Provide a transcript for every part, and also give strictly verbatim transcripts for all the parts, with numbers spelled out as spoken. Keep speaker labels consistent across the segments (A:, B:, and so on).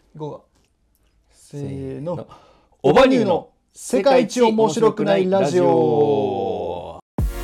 A: ごがせーの、
B: オバニューの世界一面白くないラジオ。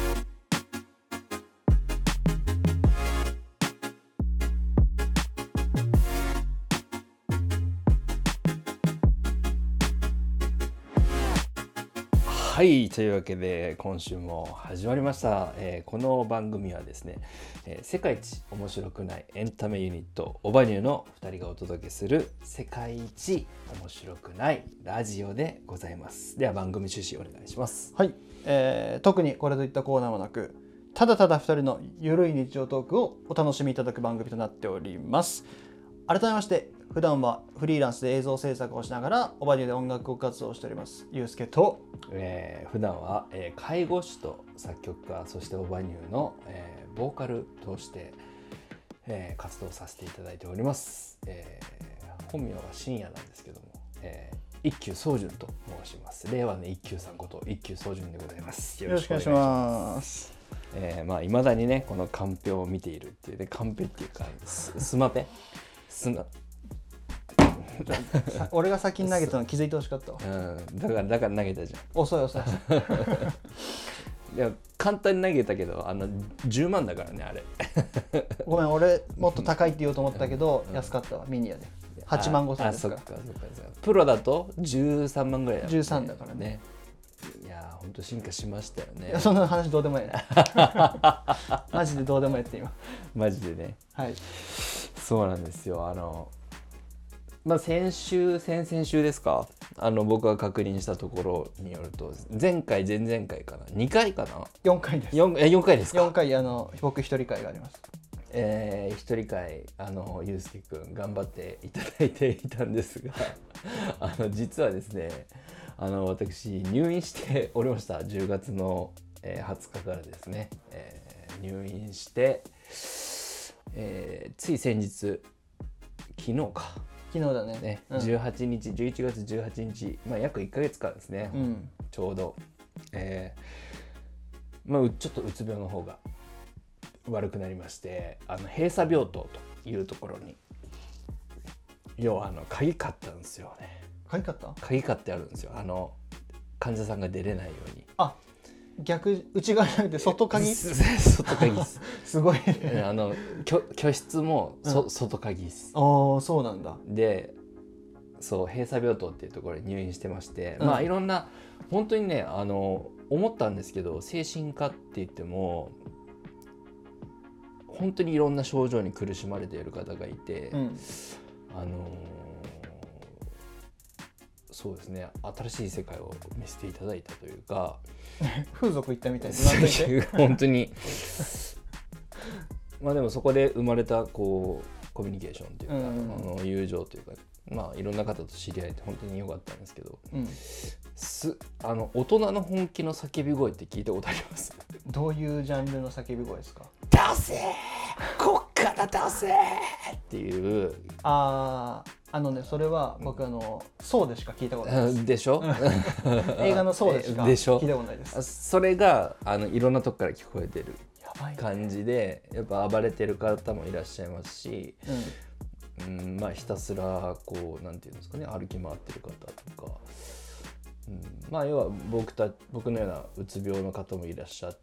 B: はい、というわけで今週も始まりました、えー、この番組はですね、えー、世界一面白くないエンタメユニットオバニューのふたりがお届けする世界一面白くないラジオでございます。では番組趣旨お願いします。
A: はい、えー、特にこれといったコーナーもなく、ただただふたりのゆるい日常トークをお楽しみいただく番組となっております。改めまして、普段はフリーランスで映像制作をしながらオバニューで音楽活動をしておりますゆうすけと、
B: えー、普段は、えー、介護士と作曲家、そしてオバニューの、えー、ボーカルとして、えー、活動させていただいております。えー、本名は深夜なんですけども、えー、一休宗純と申します。令和の一休さんこと一休宗純でございます。
A: よろしくお願いします。
B: えー、まあ未だにねこのカンペを見ているっていうね、カンペっていうかス, スマペスマ
A: 俺が先に投げたの気づいてほしかったわ。
B: うん、だからだから投げたじゃん。
A: 遅い遅い
B: いや簡単に投げたけど、あのじゅうまんだからねあれ。
A: ごめん、俺もっと高いって言おうと思ったけど、うん、安かったわ。ミニアではちまんごせんですから。ああ、そっかそっかそっか。プロだとじゅうさんまんぐらいだ、ね、 じゅうさんだからね。
B: いや本当進化しましたよね。
A: いやそんな話どうでもいいマジでどうでもいいって今
B: マジでね。
A: はい、
B: そうなんですよ。あのまあ、先週先々週ですか、あの僕が確認したところによると、前回前々回かなにかいかな
A: よんかいです。
B: 4, えよんかいですか。
A: よんかい、あの僕一人会があります。
B: えー、一人会、あのゆうすけくん頑張っていただいていたんですがあの実はですね、あの私入院しておりました。じゅうがつの、えー、はつかからですね、えー、入院して、えー、つい先日、昨日か
A: 昨日だ ね,
B: ね、うん、じゅうはちにちじゅういちがつじゅうはちにち、まあ、約いっかげつかんですね、うん、ちょうど、えーまあ、ちょっとうつ病の方が悪くなりまして、あの閉鎖病棟というところに、要はあの鍵買ったんですよね。
A: 鍵買った
B: 鍵買ってあるんですよ。あの患者さんが出れないように。あ、
A: 逆、内側じゃなくて外鍵
B: 外鍵です
A: すごいね。
B: あの居居室も、そ
A: うん、
B: 外鍵です。
A: ああ、そうなんだ。
B: で、そう閉鎖病棟っていうところに入院してまして、
A: うん、
B: まあいろんな本当にね、あの思ったんですけど、精神科って言っても本当にいろんな症状に苦しまれている方がいて、うん、あのそうですね、新しい世界を見せていただいたというか
A: 風俗行ったみたいな
B: 本当にまあでもそこで生まれたこうコミュニケーションというか、うん、あの友情というか、まあいろんな方と知り合えて本当に良かったんですけど、うん、すあの大人の本気の叫び声って聞いたことあります？
A: どういうジャンルの叫び声ですか？
B: 出せこっから出せっていう。
A: ああ、あのね、それは僕、うん、あのそうでしか聞いたことないです。
B: でしょ
A: 映画のそうでしか聞いたことないです。
B: それがあのいろんなとこから聞こえてる感じで、やっぱ暴れてる方もいらっしゃいますし、うんうん、まあひたすらこうなんていうんですかね、歩き回ってる方とか、うん、まあ要は僕た僕のようなうつ病の方もいらっしゃって、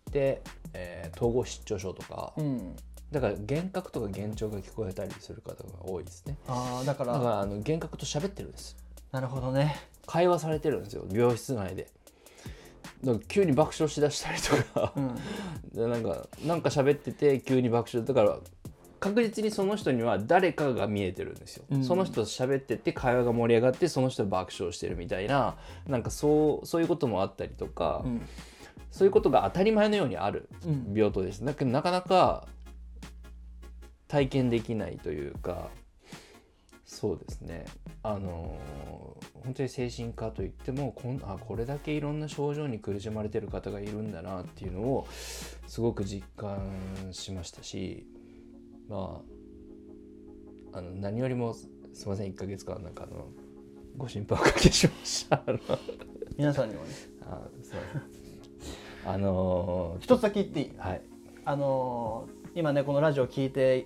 B: えー、統合失調症とか、うん、だから幻覚とか幻聴が聞こえたりする方が多いですね。
A: あ、だから
B: だからあの幻覚と喋ってるんです。
A: なるほどね。会
B: 話されてるんですよ、病室内で。だから急に爆笑しだしたりとか、うん、でなんかなんか喋ってて急に爆笑だから、確実にその人には誰かが見えてるんですよ、うん、その人と喋ってて会話が盛り上がってその人爆笑してるみたいな、なんかそうそういうこともあったりとか、うん、そういうことが当たり前のようにある病棟です。だけどなかなか体験できないというか、そうですね、あのー、本当に精神科といってもこんあこれだけいろんな症状に苦しまれてる方がいるんだなっていうのをすごく実感しましたし、まあ、あの何よりもすみません、いっかげつかんなんかあのご心配おかけしました
A: 皆さんにもね。
B: あすいません、あのー、
A: 一つだけ言っていい？
B: はい、
A: あのー、今ねこのラジオ聞いてく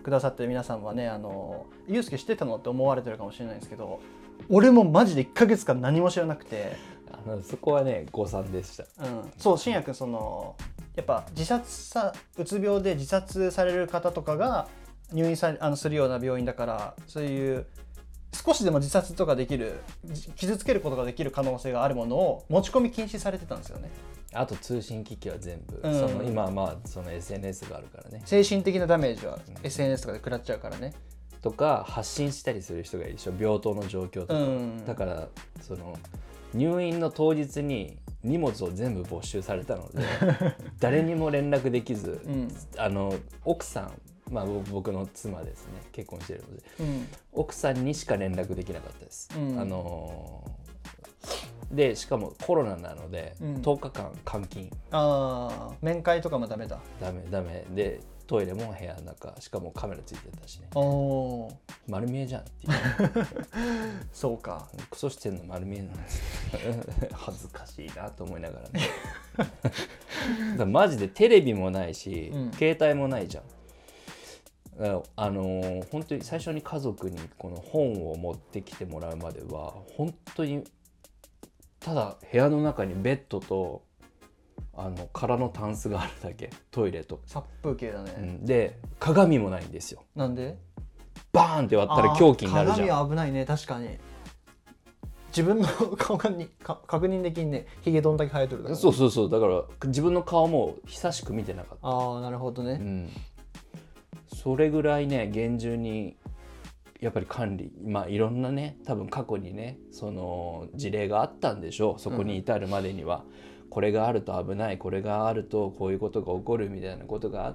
A: くださってる皆さんはね、あのゆうすけ知ってたのって思われてるかもしれないんですけど、俺もマジでいっかげつかん何も知らなくて、
B: あのそこはね誤算でした。
A: うん、そう信也くんそのやっぱ自殺さうつ病で自殺される方とかが入院さあのするような病院だから、そういう少しでも自殺とかできる傷つけることができる可能性があるものを持ち込み禁止されてたんですよね。
B: あと通信機器は全部、
A: うん、
B: その今はまあその エスエヌエス があるからね、
A: 精神的なダメージは エスエヌエス とかで食らっちゃうからね、
B: とか発信したりする人がいるでしょ、病棟の状況とか、うん、だからその入院の当日に荷物を全部没収されたので誰にも連絡できず、うん、あの奥さん、まあ、僕の妻ですね、結婚しているので、うん、奥さんにしか連絡できなかったです、うん、あのでしかもコロナなので、うん、とおかかん監禁、
A: あ面会とかもダメだ
B: ダメダメで、トイレも部屋の中、しかもカメラついてたしね、お丸見えじゃんっていう
A: そうか、
B: クソしてんの丸見えなんです恥ずかしいなと思いながらねだからマジでテレビもないし、うん、携帯もないじゃん。あのー、本当に最初に家族にこの本を持ってきてもらうまでは本当にただ部屋の中にベッドとあの空のタンスがあるだけ、トイレと
A: 殺風景だね、
B: うん、で鏡もないんですよ。
A: なんで？
B: バーンって割ったら凶器になるじゃん。
A: 鏡は危ないね、確かに。自分の顔がにか確認できんね、ヒゲどんだけ生えとるか
B: ら。そうそうそう、だから自分の顔も久しく見てなかった。
A: ああ、なるほどね、うん、
B: それぐらいね厳重にやっぱり管理、まあいろんなね多分過去にねその事例があったんでしょう、そこに至るまでには、うん、これがあると危ない、これがあるとこういうことが起こるみたいなことがあって、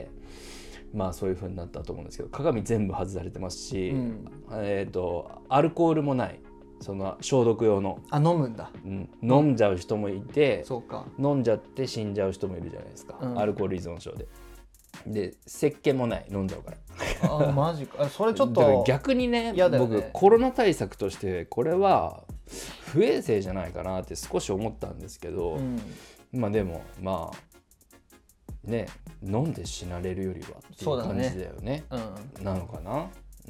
B: まあそういう風になったと思うんですけど、鏡全部外されてますし、うん、えーとアルコールもない、その消毒用の、
A: あ飲むんだ、
B: うん、飲んじゃう人もいて、
A: そうか、
B: 飲んじゃって死んじゃう人もいるじゃないですか、うん、アルコール依存症で。で石鹸もない、飲んじゃうから
A: あマジか、それちょっと
B: 逆に ね, ね僕コロナ対策としてこれは不衛生じゃないかなって少し思ったんですけど、うん、まあでもまあね飲んで死なれるよりはっていう感じだよね、うん、なのかな、うん、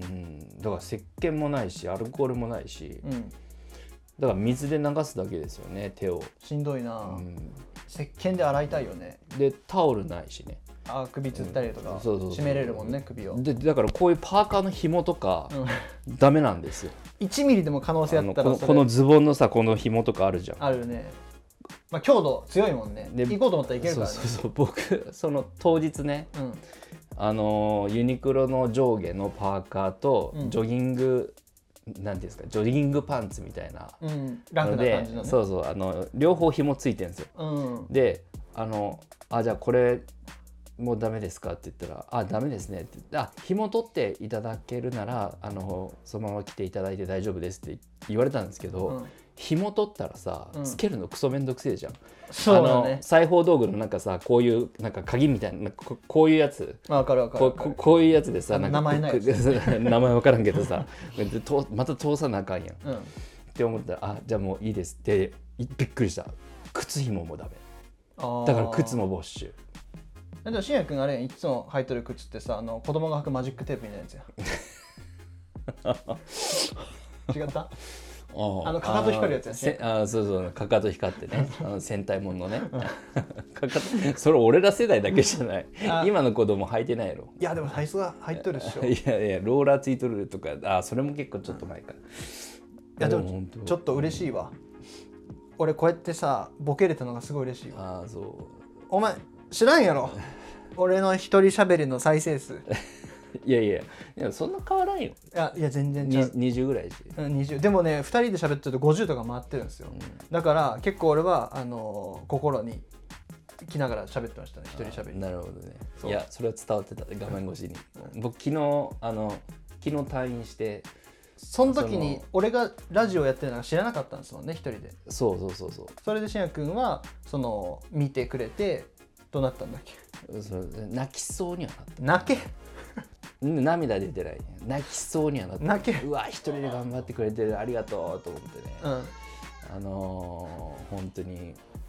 B: だから石鹸もないしアルコールもないし、うん、だから水で流すだけですよね、手を。
A: しんどいな、うん、石鹸で洗いたいよね。
B: でタオルないしね、
A: あ首つったりとか締めれるもんね、首を。
B: でだからこういうパーカーの紐とか、うん、ダメなんですよ。
A: いちミリでも可能性あったら
B: この、このズボンのさこの紐とかあるじゃん。
A: あるね、まあ、強度強いもんね。で行こうと思ったらいけるからね。
B: そうそうそう、僕その当日ね、うん、あのユニクロの上下のパーカーとジョギング、うん、なんていうんですか、ジョギングパンツみたいな、うん、
A: ラフな感じのね。
B: そうそう、あの両方紐ついてるんですよ、うん、であのあじゃあこれもうダメですかって言ったら、あダメですねって言って、あ紐取っていただけるならあのそのまま来ていただいて大丈夫ですって言われたんですけど、うん、紐取ったらさ、うん、つけるのクソめんどくせえじゃん。そうだね、あの裁縫道具のなんかさこういうなんか鍵みたいな、こ, こういうやつ、
A: わかるわかる、
B: こ, こういうやつでさ、なんか
A: 名前ない
B: 名前わからんけどさまた通さなあかんやん、うん、って思ったら、あじゃあもういいですって、びっくりした。靴紐もダメだから靴も没収。
A: でもしんやくんあれいつも履いてる靴ってさ、あの子供が履くマジックテープみたいなやつや違った？あのかかと光るやつやし、ね、
B: あそうそう、かかと光ってねあの戦隊ものねかかとそれ俺ら世代だけじゃない今の子供履いてないやろ。
A: いやでも体操が入っとるでしょ
B: いやいやローラーついとるとか、あそれも結構ちょっと前か、うん、い
A: やでもちょっと嬉しいわ。俺こうやってさボケれたのがすごい嬉しいわ。
B: あそう、
A: お前知らんやろ俺の一人喋りの再生数
B: いやいや、いやそんな変わらんよ。い
A: やいや全然違う、
B: にじゅうぐらいし、
A: うん、にじゅうでもねふたりで喋ってるとごじゅうとか回ってるんですよ、うん、だから結構俺はあのー、心に来ながら喋ってましたね、一人喋り。
B: なるほどね。いやそれは伝わってた、画面越しに、うん、僕昨日あの昨日退院して、
A: その時に俺がラジオやってるのが知らなかったんですもんね、一人で。
B: そうそうそうそう。
A: それでしんやくんはその見てくれてどうなったんだっけ。
B: そう泣きそうにはなった。
A: 泣け
B: 涙出てない、泣きそうにはなった。
A: 泣け、
B: うわ一人で頑張ってくれてるありがとうと思ってね、うん、あのー、本当に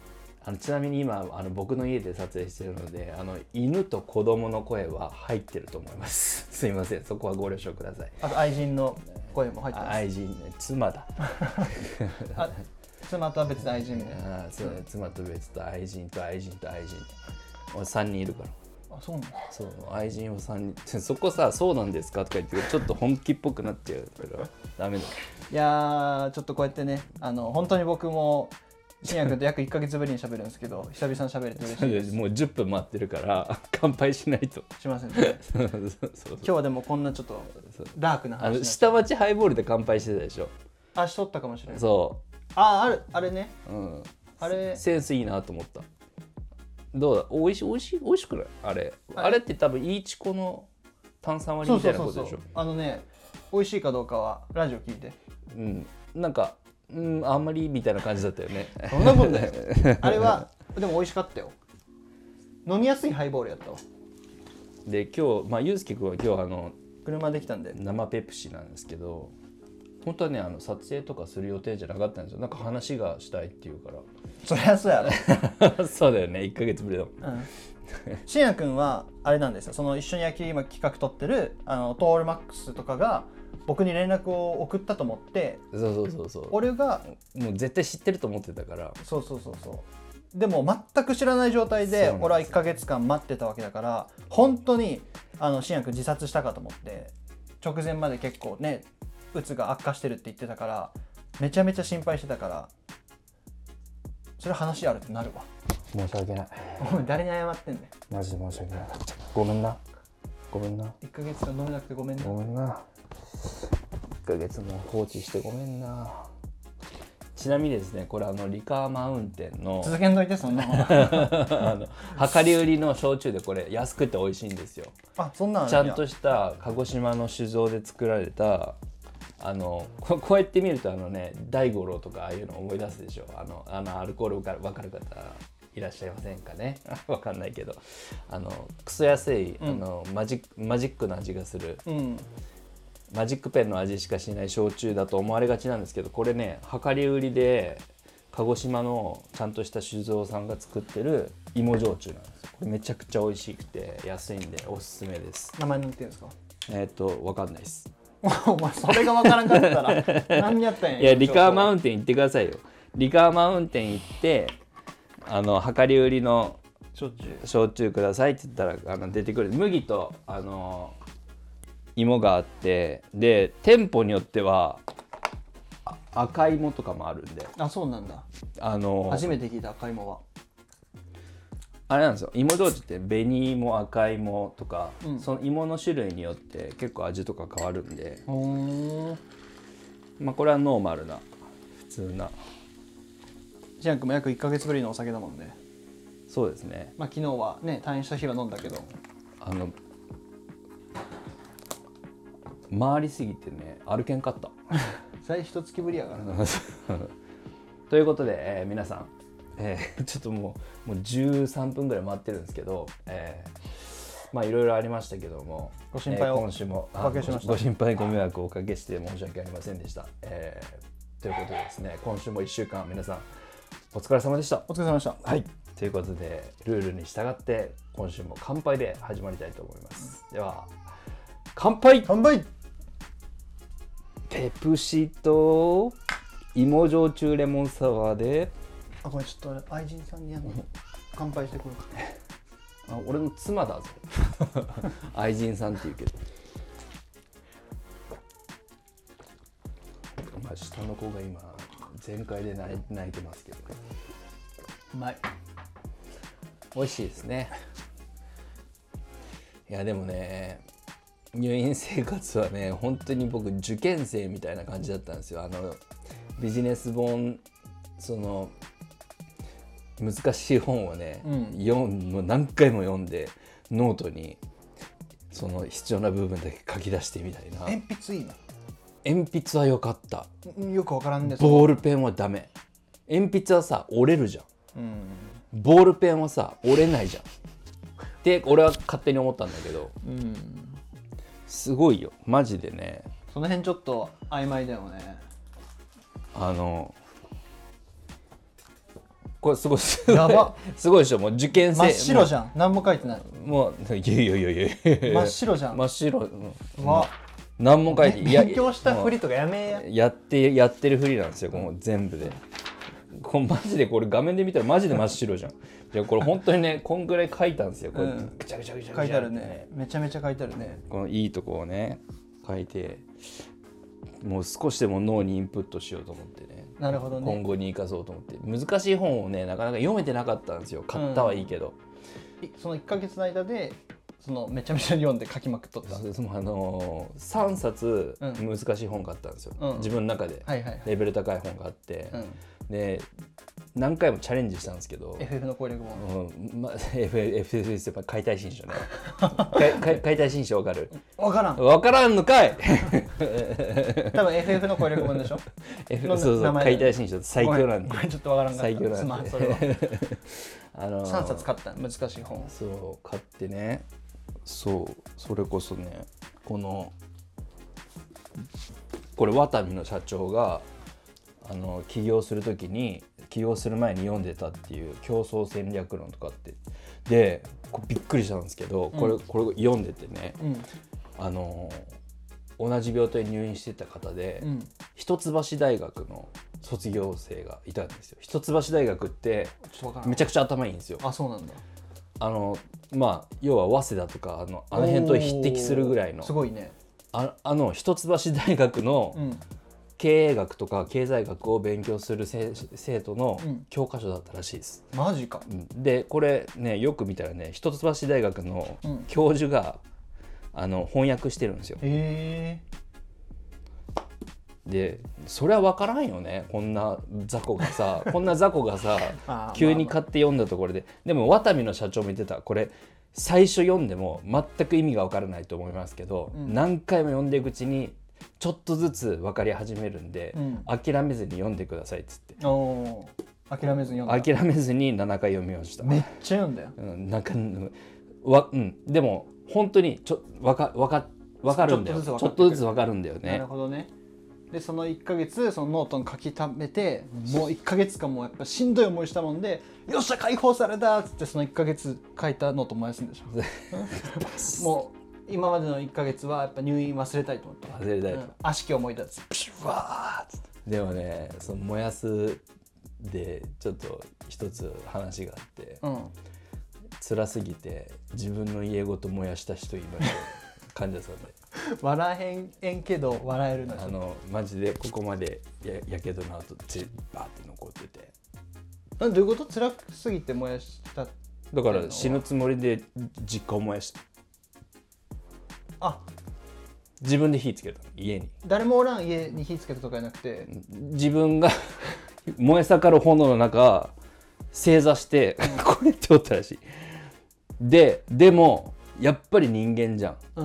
B: あのちなみに今あの僕の家で撮影しているので、あの犬と子供の声は入ってると思いますすいません、そこはご了承ください。
A: あと愛人の声も入ってます。
B: 愛人ね、妻だ
A: あ、妻とは別で愛人みたいな。
B: あそうね、妻と別と愛人と愛人と愛人、俺さんにんいるから。
A: あ、そうなんだ。
B: そう愛人をさんにん、そこさそうなんですかとか言ってちょっと本気っぽくなっちゃうからダメだ。
A: いやー、ちょっとこうやってね、あの本当に僕も信也君と約いっかげつぶりに喋るんですけど、久々に喋れて嬉しいです。
B: もうじゅっぷん待ってるから乾杯しないと。
A: しませんね。
B: そうそうそう
A: 今日はでもこんなちょっとダークな話になっちゃう。
B: あの下町ハイボールで乾杯してたでしょ。
A: あ、しとったかもしれない。
B: そ
A: あ、ある、あれね。
B: う、うん、
A: あれ
B: センスいいなと思った。どうだ、美味しい美味しい美味しくないあれ。あれって多分いいちこの炭酸割りみたいなことでしょ。
A: そうそうそうそう。あのね、美味しいかどうかはラジオ聞いて。
B: うん、なんか、うん、あんまりみたいな感じだったよね。
A: そんなことだよ。あれはでも美味しかったよ。飲みやすいハイボールやったわ。
B: で今日、まあ、ゆうすけくんは今日あの
A: 車できたんで
B: 生ペプシなんですけど、本当はねあの撮影とかする予定じゃなかったんですよ。なんか話がしたいっていうから。
A: そりゃそうやろ
B: そうだよね、いっかげつぶりだもん。
A: うん信也君はあれなんですよ、その一緒に野球今企画取ってるあのトールマックスとかが僕に連絡を送ったと思って、
B: そうそうそうそう、
A: 俺が
B: もう絶対知ってると思ってたから。
A: そうそうそうそうでも全く知らない状態で俺はいっかげつかん待ってたわけだから、本当にあの信也君自殺したかと思って、直前まで結構ねうつが悪化してるって言ってたからめちゃめちゃ心配してたから、それ話あるってなるわ。
B: 申し訳ない。
A: お前誰に謝ってんねん。
B: マジで申し訳ない。ごめんな。ごめんな。
A: いっかげつかん飲めなくてごめんな。
B: ごめんな。いっかげつも放置してごめんな。ちなみにですね、これあのリカーマウンテンの
A: 続けんといてそんなの
B: あの量り売りの焼酎で、これ安くて美味しいんですよ。
A: あ、そんなの
B: ちゃんとした鹿児島の酒造で作られた、あの こ, こうやって見るとあのね大五郎とかああいうの思い出すでしょ。あのあのアルコール分かる分かる方いらっしゃいませんかねわかんないけど、あのクソ安い、うん、あのマジマジックな味がする、うん、マジックペンの味しかしない焼酎だと思われがちなんですけど、これね量り売りで鹿児島のちゃんとした酒造さんが作ってる芋焼酎なんですよ。これめちゃくちゃ美味しくて安いんでおすすめです。
A: 名前なんて言うんですか？
B: えっとわかんないです
A: お前それがわからんかったら何やったんや。
B: いやリカーマウンテン行ってくださいよ。リカーマウンテン行ってあの量り売りの
A: 焼酎
B: 焼酎くださいって言ったらあの出てくる。麦とあの芋があって、で店舗によっては赤芋とかもあるんで。
A: あ、そうなんだ。
B: あの
A: 初めて聞いた赤芋は。
B: あれなんですよ、芋焼酎って紅芋赤芋とか、うん、その芋の種類によって結構味とか変わるんで、まあこれはノーマルな普通な。
A: ジャン君も約いっかげつぶりのお酒だもんね。
B: そうですね。
A: まあ昨日はね退院した日は飲んだけど、
B: あの回りすぎてね歩けんかった
A: 最初一月ぶりやからな
B: ということで、えー、皆さん、えー、ちょっともう、もうじゅうさんぷんぐらい待ってるんですけど、えー、まあいろいろありましたけども、
A: ご心配を、
B: えー、今週も
A: おかけしました。
B: ご心配ご迷惑をおかけして申し訳ありませんでした、えー、ということでですね、今週もいっしゅうかん皆さんお疲れ様でした。
A: お疲れ様でした。
B: はい、ということでルールに従って今週も乾杯で始まりたいと思います、うん、では乾杯。
A: 乾杯。
B: ペプシと芋焼酎レモンサワーで。
A: あ、これちょっと愛人さんにやの乾杯してくる
B: あ、俺の妻だぞ愛人さんって言うけど、まあ下の子が今全開で泣い泣いてますけどね。
A: うまい。
B: 美味しいですね。いやでもね、入院生活はね本当に僕受験生みたいな感じだったんですよ。あのビジネス本、その難しい本をね、うん、読んもう何回も読んでノートにその必要な部分だけ書き出してみたいな。
A: 鉛筆いいな。
B: 鉛筆は良かった。
A: よくわからんです。
B: ボールペンはダメ。鉛筆はさ折れるじゃん、うん、ボールペンはさ折れないじゃんって俺は勝手に思ったんだけど、うん、すごいよマジでね。
A: その辺ちょっと曖昧だよね。
B: あのこれすごいすごい
A: やば
B: すごいでしょ。もう受験生
A: 真っ白じゃん。何も書いてない。
B: もういやいやいやいや
A: 真っ白じゃん。
B: 真っ白、うん、
A: わ
B: 何も書いていや
A: 勉強したふりとかやめや。
B: やってやってるふりなんですよ。もう全部でこれマジでこれ画面で見たらマジで真っ白じゃん。いやこれ本当にねこんぐらい書いたんですよ。これ、うん、ぐちゃぐちゃぐちゃぐちゃ
A: 書いてあるね。めちゃめちゃ書いてあるね。
B: このいいとこをね書いて、もう少しでも脳にインプットしようと思ってね。
A: なるほどね。
B: 今後に生かそうと思って難しい本をねなかなか読めてなかったんですよ。買ったはいいけど、
A: うん、そのいっかげつの間でそのめちゃめちゃ読んで書きまくっとった。
B: そのあのー、さんさつ難しい本があったんですよ、うん、自分の中でレベル高い本があって、うん、で何回もチャレンジしたんですけど
A: エフエフ の攻略本、
B: うんま、エフエフ です。やっぱ解体新書ね解体新書分かる？
A: 分からん
B: 分からんのかい
A: 多分 エフエフ の攻略本でしょ
B: F そうそう解体新書最強なんで
A: これちょっと分からんかった
B: 最強なんで、
A: まあ、それは
B: あのー、
A: さんさつ買った難しい本
B: そう買ってね。そうそれこそねこのこれワタミの社長があの起業するときに起業する前に読んでたっていう競争戦略論とかってでこびっくりしたんですけど、これ、うん、これ読んでてね、うん、あの同じ病棟に入院してた方で、うん、一橋大学の卒業生がいたんですよ。一橋大学ってめちゃくちゃ頭いいんですよ。
A: あ、そうなんだ。
B: あのまあ要は早稲田とかあのあの辺と匹敵するぐらいの
A: すごいね。
B: あ, あの一橋大学の経営学とか経済学を勉強する生徒の教科書だったらしいです、
A: うん、マジか。
B: でこれねよく見たらね一橋大学の教授が、うん、あの翻訳してるんですよ。
A: へー。
B: でそれは分からんよね。こんな雑魚がさこんな雑魚がさ急に買って読んだところで。でもワタミの社長も言ってた。これ最初読んでも全く意味が分からないと思いますけど、うん、何回も読んでいくうちにちょっとずつ分かり始めるんで、うん、諦めずに読んでくださいっつって。
A: お諦めずに読んだ。
B: 諦めずにななかい読みました。
A: めっちゃ読んだよ、
B: うん、なんかわ、うん、でも本当にちょ分か分か分かるんだよ。ちょっとずつ分かるんだよね。
A: なるほどね。でそのいっかげつそのノートに書き溜めて、もういっかげつかんもやっぱしんどい思いしたもんで、よっしゃ解放されたっつってそのいっかげつ書いたノート燃やすんでしょもう今までのいっかげつはやっぱ入院忘れたいと思って、
B: 忘れたいと、うん、
A: 悪しき思い出すプシュワーっつって。
B: でもねその燃やすでちょっと一つ話があって、うん、辛すぎて自分の家ごと燃やした人いました患者さんで。
A: 笑えへんけど笑えるの。
B: あのマジでここまで や, やけどの後血バーって残ってて。
A: どういうこと？辛すぎて燃やした
B: だから死ぬつもりで実家を燃やした。
A: あ、
B: 自分で火つけた家に。
A: 誰もおらん家に火つけたとかじゃなくて
B: 自分が燃え盛る炎の中正座してこうやっておったらしい。ででもやっぱり人間じゃん、うん、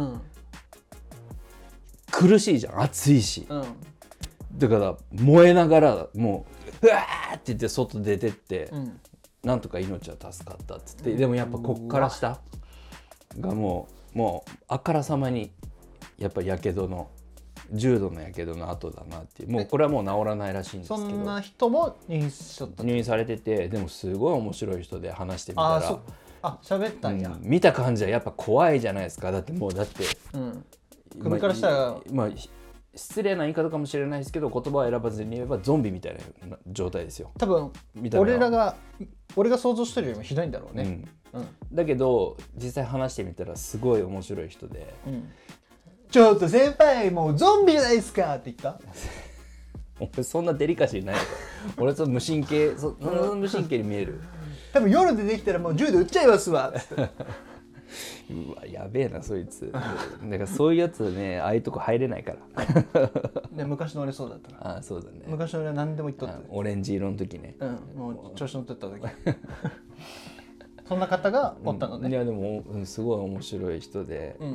B: 苦しいじゃん、暑いし、うん、だから燃えながらもううわーって言って外出てって、うん、なんとか命は助かったっつって、でもやっぱこっから下がもうもうあからさまにやっぱやけどの重度のやけどの後だなっていう。もうこれはもう治らないらしいんですけど、
A: そんな人も入院しちゃった。
B: 入院されてて、でもすごい面白い人で話してみたら、
A: ああ喋ったんや、うん、
B: 見た感じはやっぱ怖いじゃないですか。だってもうだって、うん、
A: 首からしたら、
B: まあ、失礼な言い方かもしれないですけど言葉を選ばずに言えばゾンビみたいな状態ですよ。
A: 多分俺らが俺が想像してるよりもひどいんだろうね、
B: うんうん、だけど実際話してみたらすごい面白い人で、うん、
A: ちょっと先輩もうゾンビじゃないですかって言った
B: 俺そんなデリカシーないのか俺その無神経その無神経に見える
A: 多分夜でできたらもう銃で撃っちゃいますわ
B: うわやべえなそいつだからそういうやつねああいうとこ入れないから
A: で昔の俺そうだったな。
B: あそうだね。
A: 昔の俺は何でも言っとって、
B: オレンジ色の時ね、
A: うん、もう調子乗ってった時そんな方がおったのね、
B: うん、いやでも、うん、すごい面白い人で、うんうん、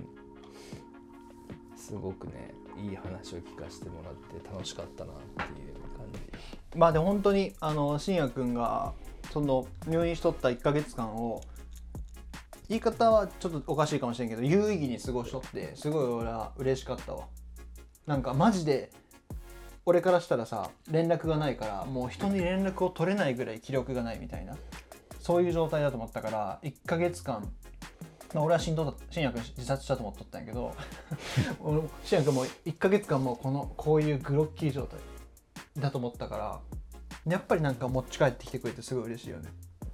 B: すごくねいい話を聞かせてもらって楽しかったなっていう感じ。
A: まあでも本当にあの信也くんがその入院しとったいっかげつかんを言い方はちょっとおかしいかもしれんけど有意義に過ごしとってすごい俺は嬉しかったわ。なんかマジで俺からしたらさ連絡がないからもう人に連絡を取れないぐらい気力がないみたいなそういう状態だと思ったからいっかげつかん、まあ、俺はしんどだ信也君自殺したと思っとったんやけど俺信也君もいっかげつかんもうこのこういうグロッキー状態だと思ったからやっぱりなんか持ち帰ってきてくれてすごい嬉しいよね。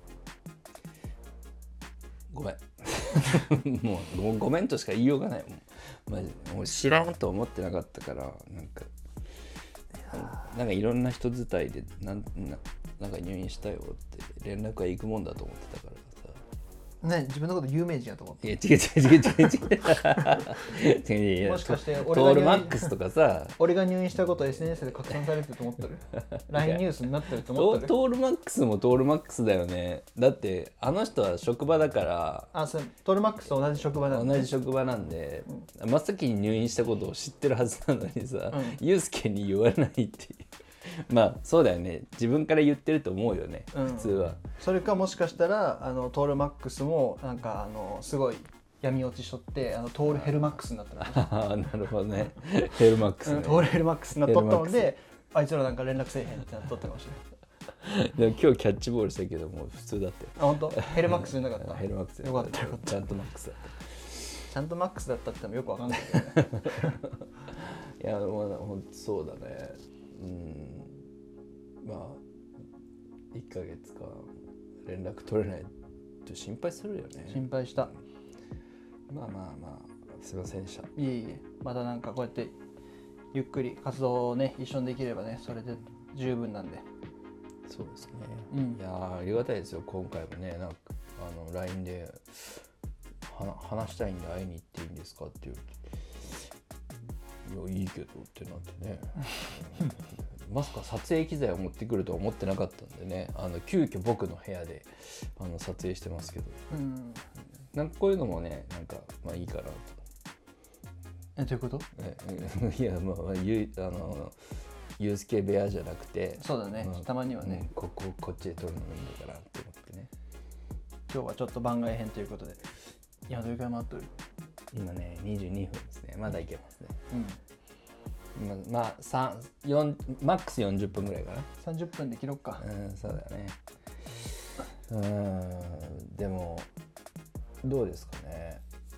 B: ごめんもうもうごめんとしか言いようがないもん、マジでもう知らんと思ってなかったからなんかなんかいろんな人伝いでなんななんか入院したよって連絡が行くもんだと思ってたからさ
A: ね、自分のこと有名人やと思って。
B: いや違う違う違う違う違う違う
A: もしかして
B: トールマックスとかさ
A: 俺が入院したこと エスエヌエス で拡散されてると思ってるライン ニュースになってると思ってる
B: トールマックスもトールマックスだよね。だってあの人は職場だから
A: あそうトールマックスと同じ職場なんで、
B: 同じ職場なんで、うん、真っ先に入院したことを知ってるはずなのにさ、うん、ユースケに言わないっていうまあそうだよね自分から言ってると思うよね、うん、普通は。そ
A: れかもしかしたらあのトールマックスもなんかあのすごい闇落ちしとってあのトールヘルマックスになった
B: ああなるほどねヘルマックス、ね、
A: うん、トールヘルマックスになっとったのであいつらなんか連絡せえへんってなっとったかもしれない
B: でも今日キャッチボールしたけども普通だったよ。
A: あ本当ヘルマックスじゃなかった
B: ヘルマックス
A: よかったよかった
B: ちゃんとマックスだった
A: ちゃんとマックスだったってもよくわかんないけどね
B: いやもうほんとそうだね。うんまあいっかげつか連絡取れないと心配するよね。
A: 心配した。
B: まあまあまあすいませんでした。い
A: えいえまたなんかこうやってゆっくり活動をね一緒にできればねそれで十分なんで。
B: そうですね、
A: うん、
B: いやありがたいですよ今回もね。なんかあの ライン では話したいんで会いに行っていいんですかって言ういやいいけどってなってねまさか撮影機材を持ってくるとは思ってなかったんでねあの急遽僕の部屋であの撮影してますけど、うん、なんかこういうのもねなんかまあいいかなと。
A: えどういうこと？
B: いやまあゆあのユースケ部屋じゃなくて
A: そうだね、まあ、たまにはね、
B: うん、こここっちで撮るのもいいんだからって思ってね。
A: 今日はちょっと番外編ということでいやどれくらい回っとる？
B: 今ねにじゅうにふんですね。まだいけますね。うんまあ、さん、よんマックスよんじゅっぷんぐらいかな。
A: さんじゅっぷんで切ろっか。
B: うんそうだね。うんでもどうですかね。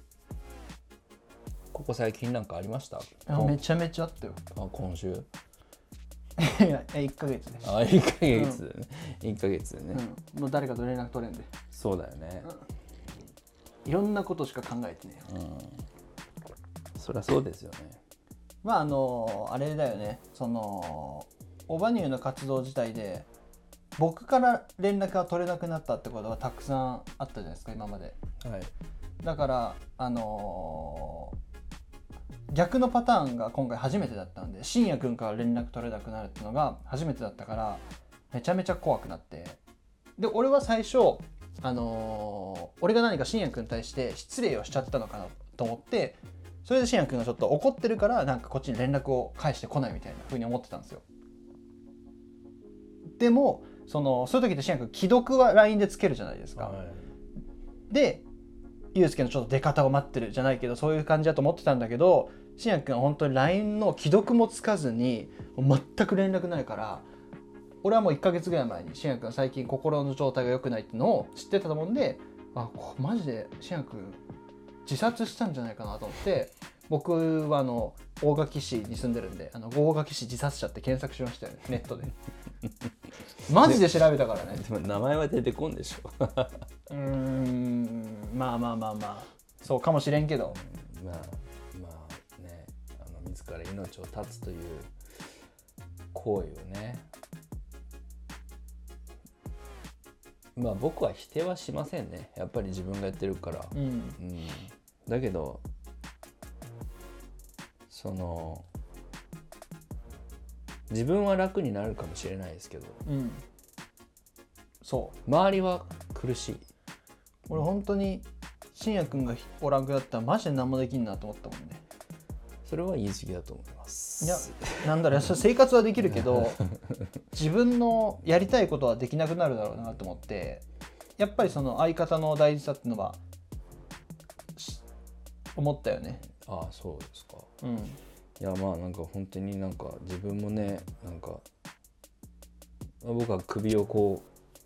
B: ここ最近なんかありました？
A: あめちゃめちゃあったよ。
B: あ今週
A: いやいっかげつね。
B: あいっかげつね、うん、いっかげつね、
A: うん、もう誰かと連絡取れんで。
B: そうだよね、
A: うん、いろんなことしか考えてね、
B: うん、そりゃそうですよね。
A: まああのあれだよねそのオバニューの活動自体で僕から連絡が取れなくなったってことがたくさんあったじゃないですか今まで、
B: はい、
A: だからあのー、逆のパターンが今回初めてだったんで信也くんから連絡取れなくなるっていうのが初めてだったからめちゃめちゃ怖くなって、で俺は最初あのー、俺が何か信也くんに対して失礼をしちゃったのかなと思ってそれで信也くんがちょっと怒ってるからなんかこっちに連絡を返してこないみたいな風に思ってたんですよ。でもそのそういう時って信也くん既読は ライン でつけるじゃないですか、はい、でゆうすけのちょっと出方を待ってるじゃないけどそういう感じだと思ってたんだけど信也くんは本当に ライン の既読もつかずに全く連絡ないから俺はもういっかげつぐらい前に信也くんが最近心の状態が良くないっていうのを知ってたと思うんであマジで信也くん自殺したんじゃないかなと思って僕はあの大垣市に住んでるんであの大垣市自殺者って検索しましたよねネットでマジで調べたからね。
B: でも名前は出てこんでしょう
A: ーんまあまあまあまあそうかもしれんけど、
B: まあまあねあの自ら命を絶つという行為をねまあ僕は否定はしませんねやっぱり自分がやってるから、うんうん、だけどその自分は楽になるかもしれないですけど、うん、そう周りは苦しい。
A: 俺本当に信也くんがおらんくなったらマジで何もできんなと思ったもんね。
B: それは言い過ぎだと思います。
A: いやなんだろう生活はできるけど自分のやりたいことはできなくなるだろうなと思ってやっぱりその相方の大事さっていうのは思ったよね。
B: ああそうですか。
A: うん
B: いやまあなんか本当になんか自分もねなんか僕は首をこ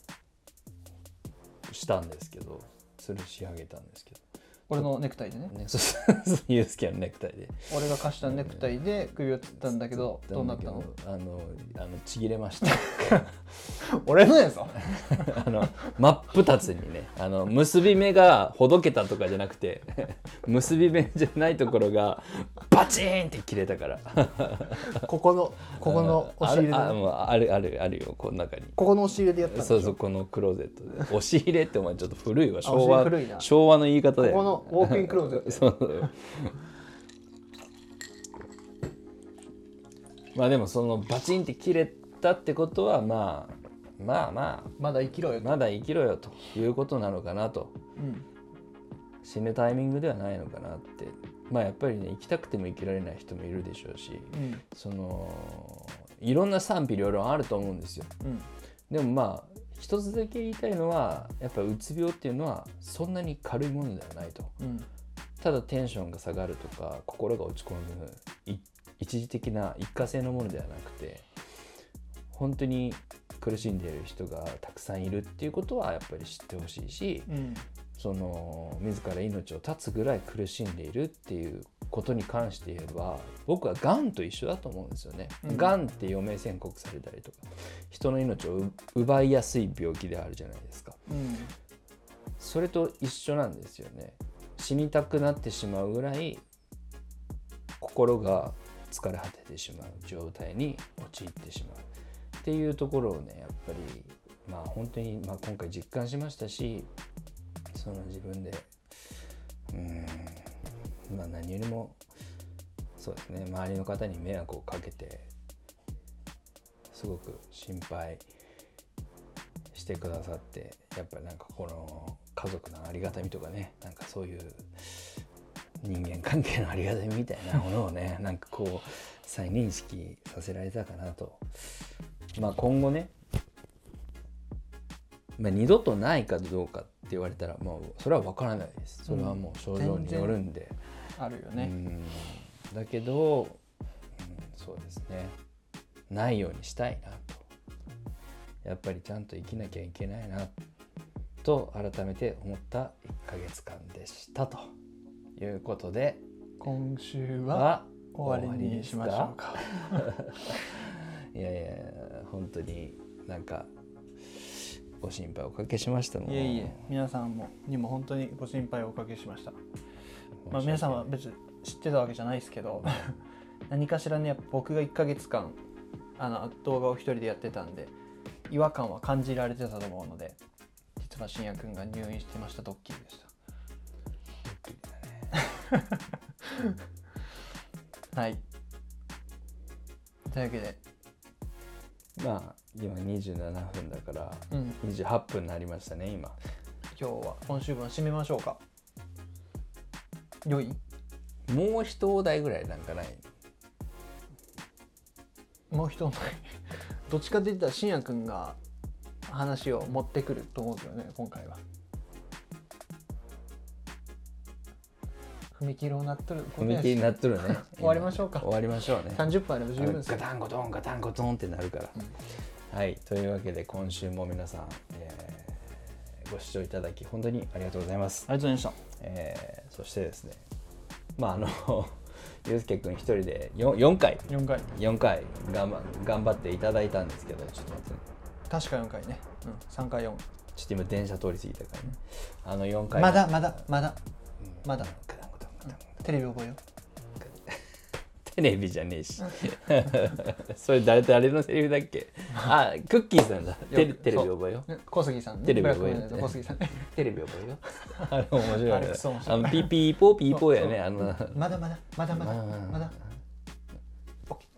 B: うしたんですけど吊るし上げたんですけど
A: 俺のネクタイでね
B: ねそうそうユースケのネクタイで
A: 俺が貸したネクタイで首をつったんだけどどうなったの？
B: あのあのちぎれました
A: 俺のやぞ
B: あの真っ二つにねあの結び目がほどけたとかじゃなくて結び目じゃないところがバチーンって切れたから
A: ここのここの押し入れで、
B: あるあもうあるあるあるよこの中に
A: ここの押し入れでやったんでしょ？
B: そうそうこのクローゼットで押し入れってお前ちょっと古いわ昭
A: 押し入
B: 和
A: れ古いな
B: 昭和の言い方で
A: ここのウォークインクローゼット
B: そうまあでもそのバチンって切れたってことはまあまあまあ
A: まだ生きろよと、
B: まだ生きろよということなのかなと、
A: うん、
B: 死ぬタイミングではないのかなってまあやっぱりね生きたくても生きられない人もいるでしょうし、
A: うん、
B: そのいろんな賛否両論あると思うんですよ、
A: うん、
B: でもまあ一つだけ言いたいのはやっぱうつ病っていうのはそんなに軽いものではないと、
A: うん、
B: ただテンションが下がるとか心が落ち込む一時的な一過性のものではなくて本当に苦しんでいる人がたくさんいるっていうことはやっぱり知ってほしいし、
A: うん、
B: その自ら命を絶つぐらい苦しんでいるっていうことに関して言えば僕はがんと一緒だと思うんですよね、うん、がんって余命宣告されたりとか人の命を奪いやすい病気であるじゃないですか、うん、それと一緒なんですよね。死にたくなってしまうぐらい心が疲れ果ててしまう状態に陥ってしまうっていうところをねやっぱりまあ本当に、まあ、今回実感しましたしその自分でうーんまあ何よりもそうですね周りの方に迷惑をかけてすごく心配してくださってやっぱりなんかこの家族のありがたみとかねなんかそういう人間関係のありがたみみたいなものをねなんかこう再認識させられたかなと。まあ今後ね、まあ、二度とないかどうかって言われたらもうそれは分からないです。それはもう症状によるんで、
A: うん、あるよね。
B: うんだけど、うん、そうですねないようにしたいなとやっぱりちゃんと生きなきゃいけないなと改めて思ったいっかげつかんでしたということで
A: 今週は終わりにしましょうか。
B: いやいや本当になんかご心配おかけしましたもん。
A: いえいえ皆さんもにも本当にご心配をおかけしました。まあ、皆さんは別に知ってたわけじゃないですけど何かしらね僕がいっかげつかんあの動画を一人でやってたんで違和感は感じられてたと思うので実は信也くんが入院してましたドッキリでした。
B: ドッキリだね
A: はいというわけで
B: まあ今にじゅうななふんだから、うん、にじゅうはっぷんになりましたね今。
A: 今日は今週分締めましょうか。良い？
B: もう一お題ぐらいなんかない？
A: もう一お題どっちかって言ったら信也くんが話を持ってくると思うんですよね今回は。踏切をなっとる
B: 踏切なっとるね
A: 終わりましょうか。
B: 終わりましょうね。
A: さんじゅっぷんあれば十分ですよ。
B: ガタンゴトンガタンゴトンってなるから、うん、はいというわけで今週も皆さん、えー、ご視聴いただき本当にありがとうございます。
A: ありがとうございました、
B: えー、そしてですねまああのゆうすけくん一人で 4, 4回
A: 4回
B: 4回頑張頑張っていただいたんですけどちょっと待ってね
A: 確かよんかいね、うん、さんかいよん
B: ちょっと今電車通り過ぎたからねあのよんかい
A: まだまだまだ、うん、まだテレビ覚えよ
B: テレビじゃねえしそれ誰誰のセリフだっけあクッキーさんだテレテレビ覚えよ
A: 小杉さん、ね、
B: テレビ覚えよ
A: 小杉さん
B: テレビ覚えよあれ面白いね
A: あれクソ面白い
B: あのピーピーポーピーポーやねあの
A: まだまだまだまだまだ
B: オッケ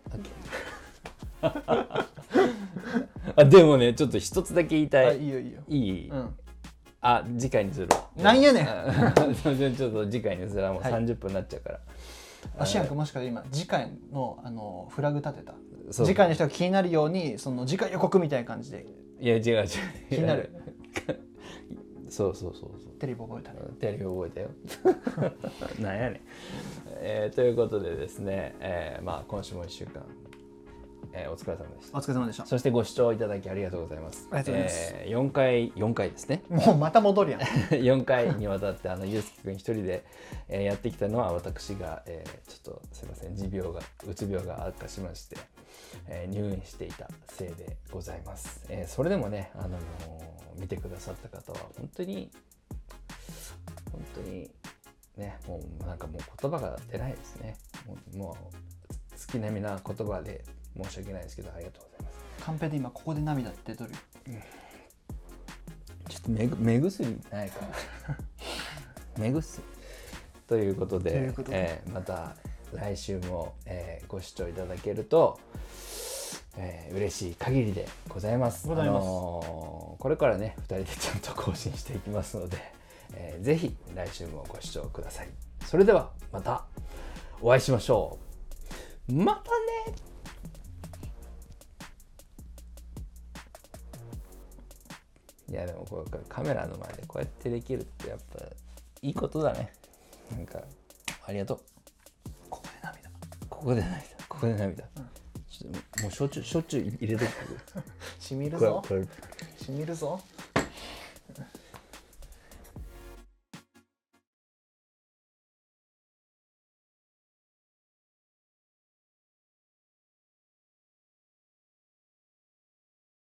B: ーあでもねちょっと一つだけ言いたい。
A: いいよいいよ
B: いい、うん、あ次回にする
A: なんやねん
B: ちょっと次回にするもうさんじゅっぷんになっちゃうから、
A: あしやんくもしかして今次回 の, あのフラグ立てた次回の人が気になるようにその次回予告みたいな感じで
B: いや違う違う
A: 気になる
B: そうそうそうそう
A: テレビ覚えたね。
B: テレビ覚えたよなんやねん、えー、ということでですね、えーまあ、今週もいっしゅうかん、えー、お疲れ様でした。
A: お疲れ様でした。
B: そしてご視聴いただきありがとうございます。
A: ありがとうございます。
B: えー、よんかいよんかいですね。
A: もうまた戻るやん。
B: よんかいにわたってあのゆうすけくん一人で、えー、やってきたのは私が、えー、ちょっとすいません持病がうつ病が悪化しまして、えー、入院していたせいでございます。えー、それでもね、あのー、見てくださった方は本当に本当にね、もうなんかもう言葉が出ないですね。もう、もう月並みな言葉で申し訳ないですけどありがとうございます。
A: カンペで今ここで涙って出とるよ。
B: ちょっと目目薬ないかな目薬ということで、
A: ということで
B: えーまた来週も、えーご視聴いただけると、えー嬉しい限りでございます。
A: ございます。
B: あのーこれからねふたりでちゃんと更新していきますので、えーぜひ来週もご視聴ください。それではまたお会いしましょう。またね。いやでもこれカメラの前でこうやってできるってやっぱいいことだね。なんかありがとう。
A: ここで涙。
B: ここで涙。ここで涙。うん、ちょっともうしょっちゅうしょっちゅう入れてくる。
A: しみるぞ。
B: これこれ
A: しみるぞ。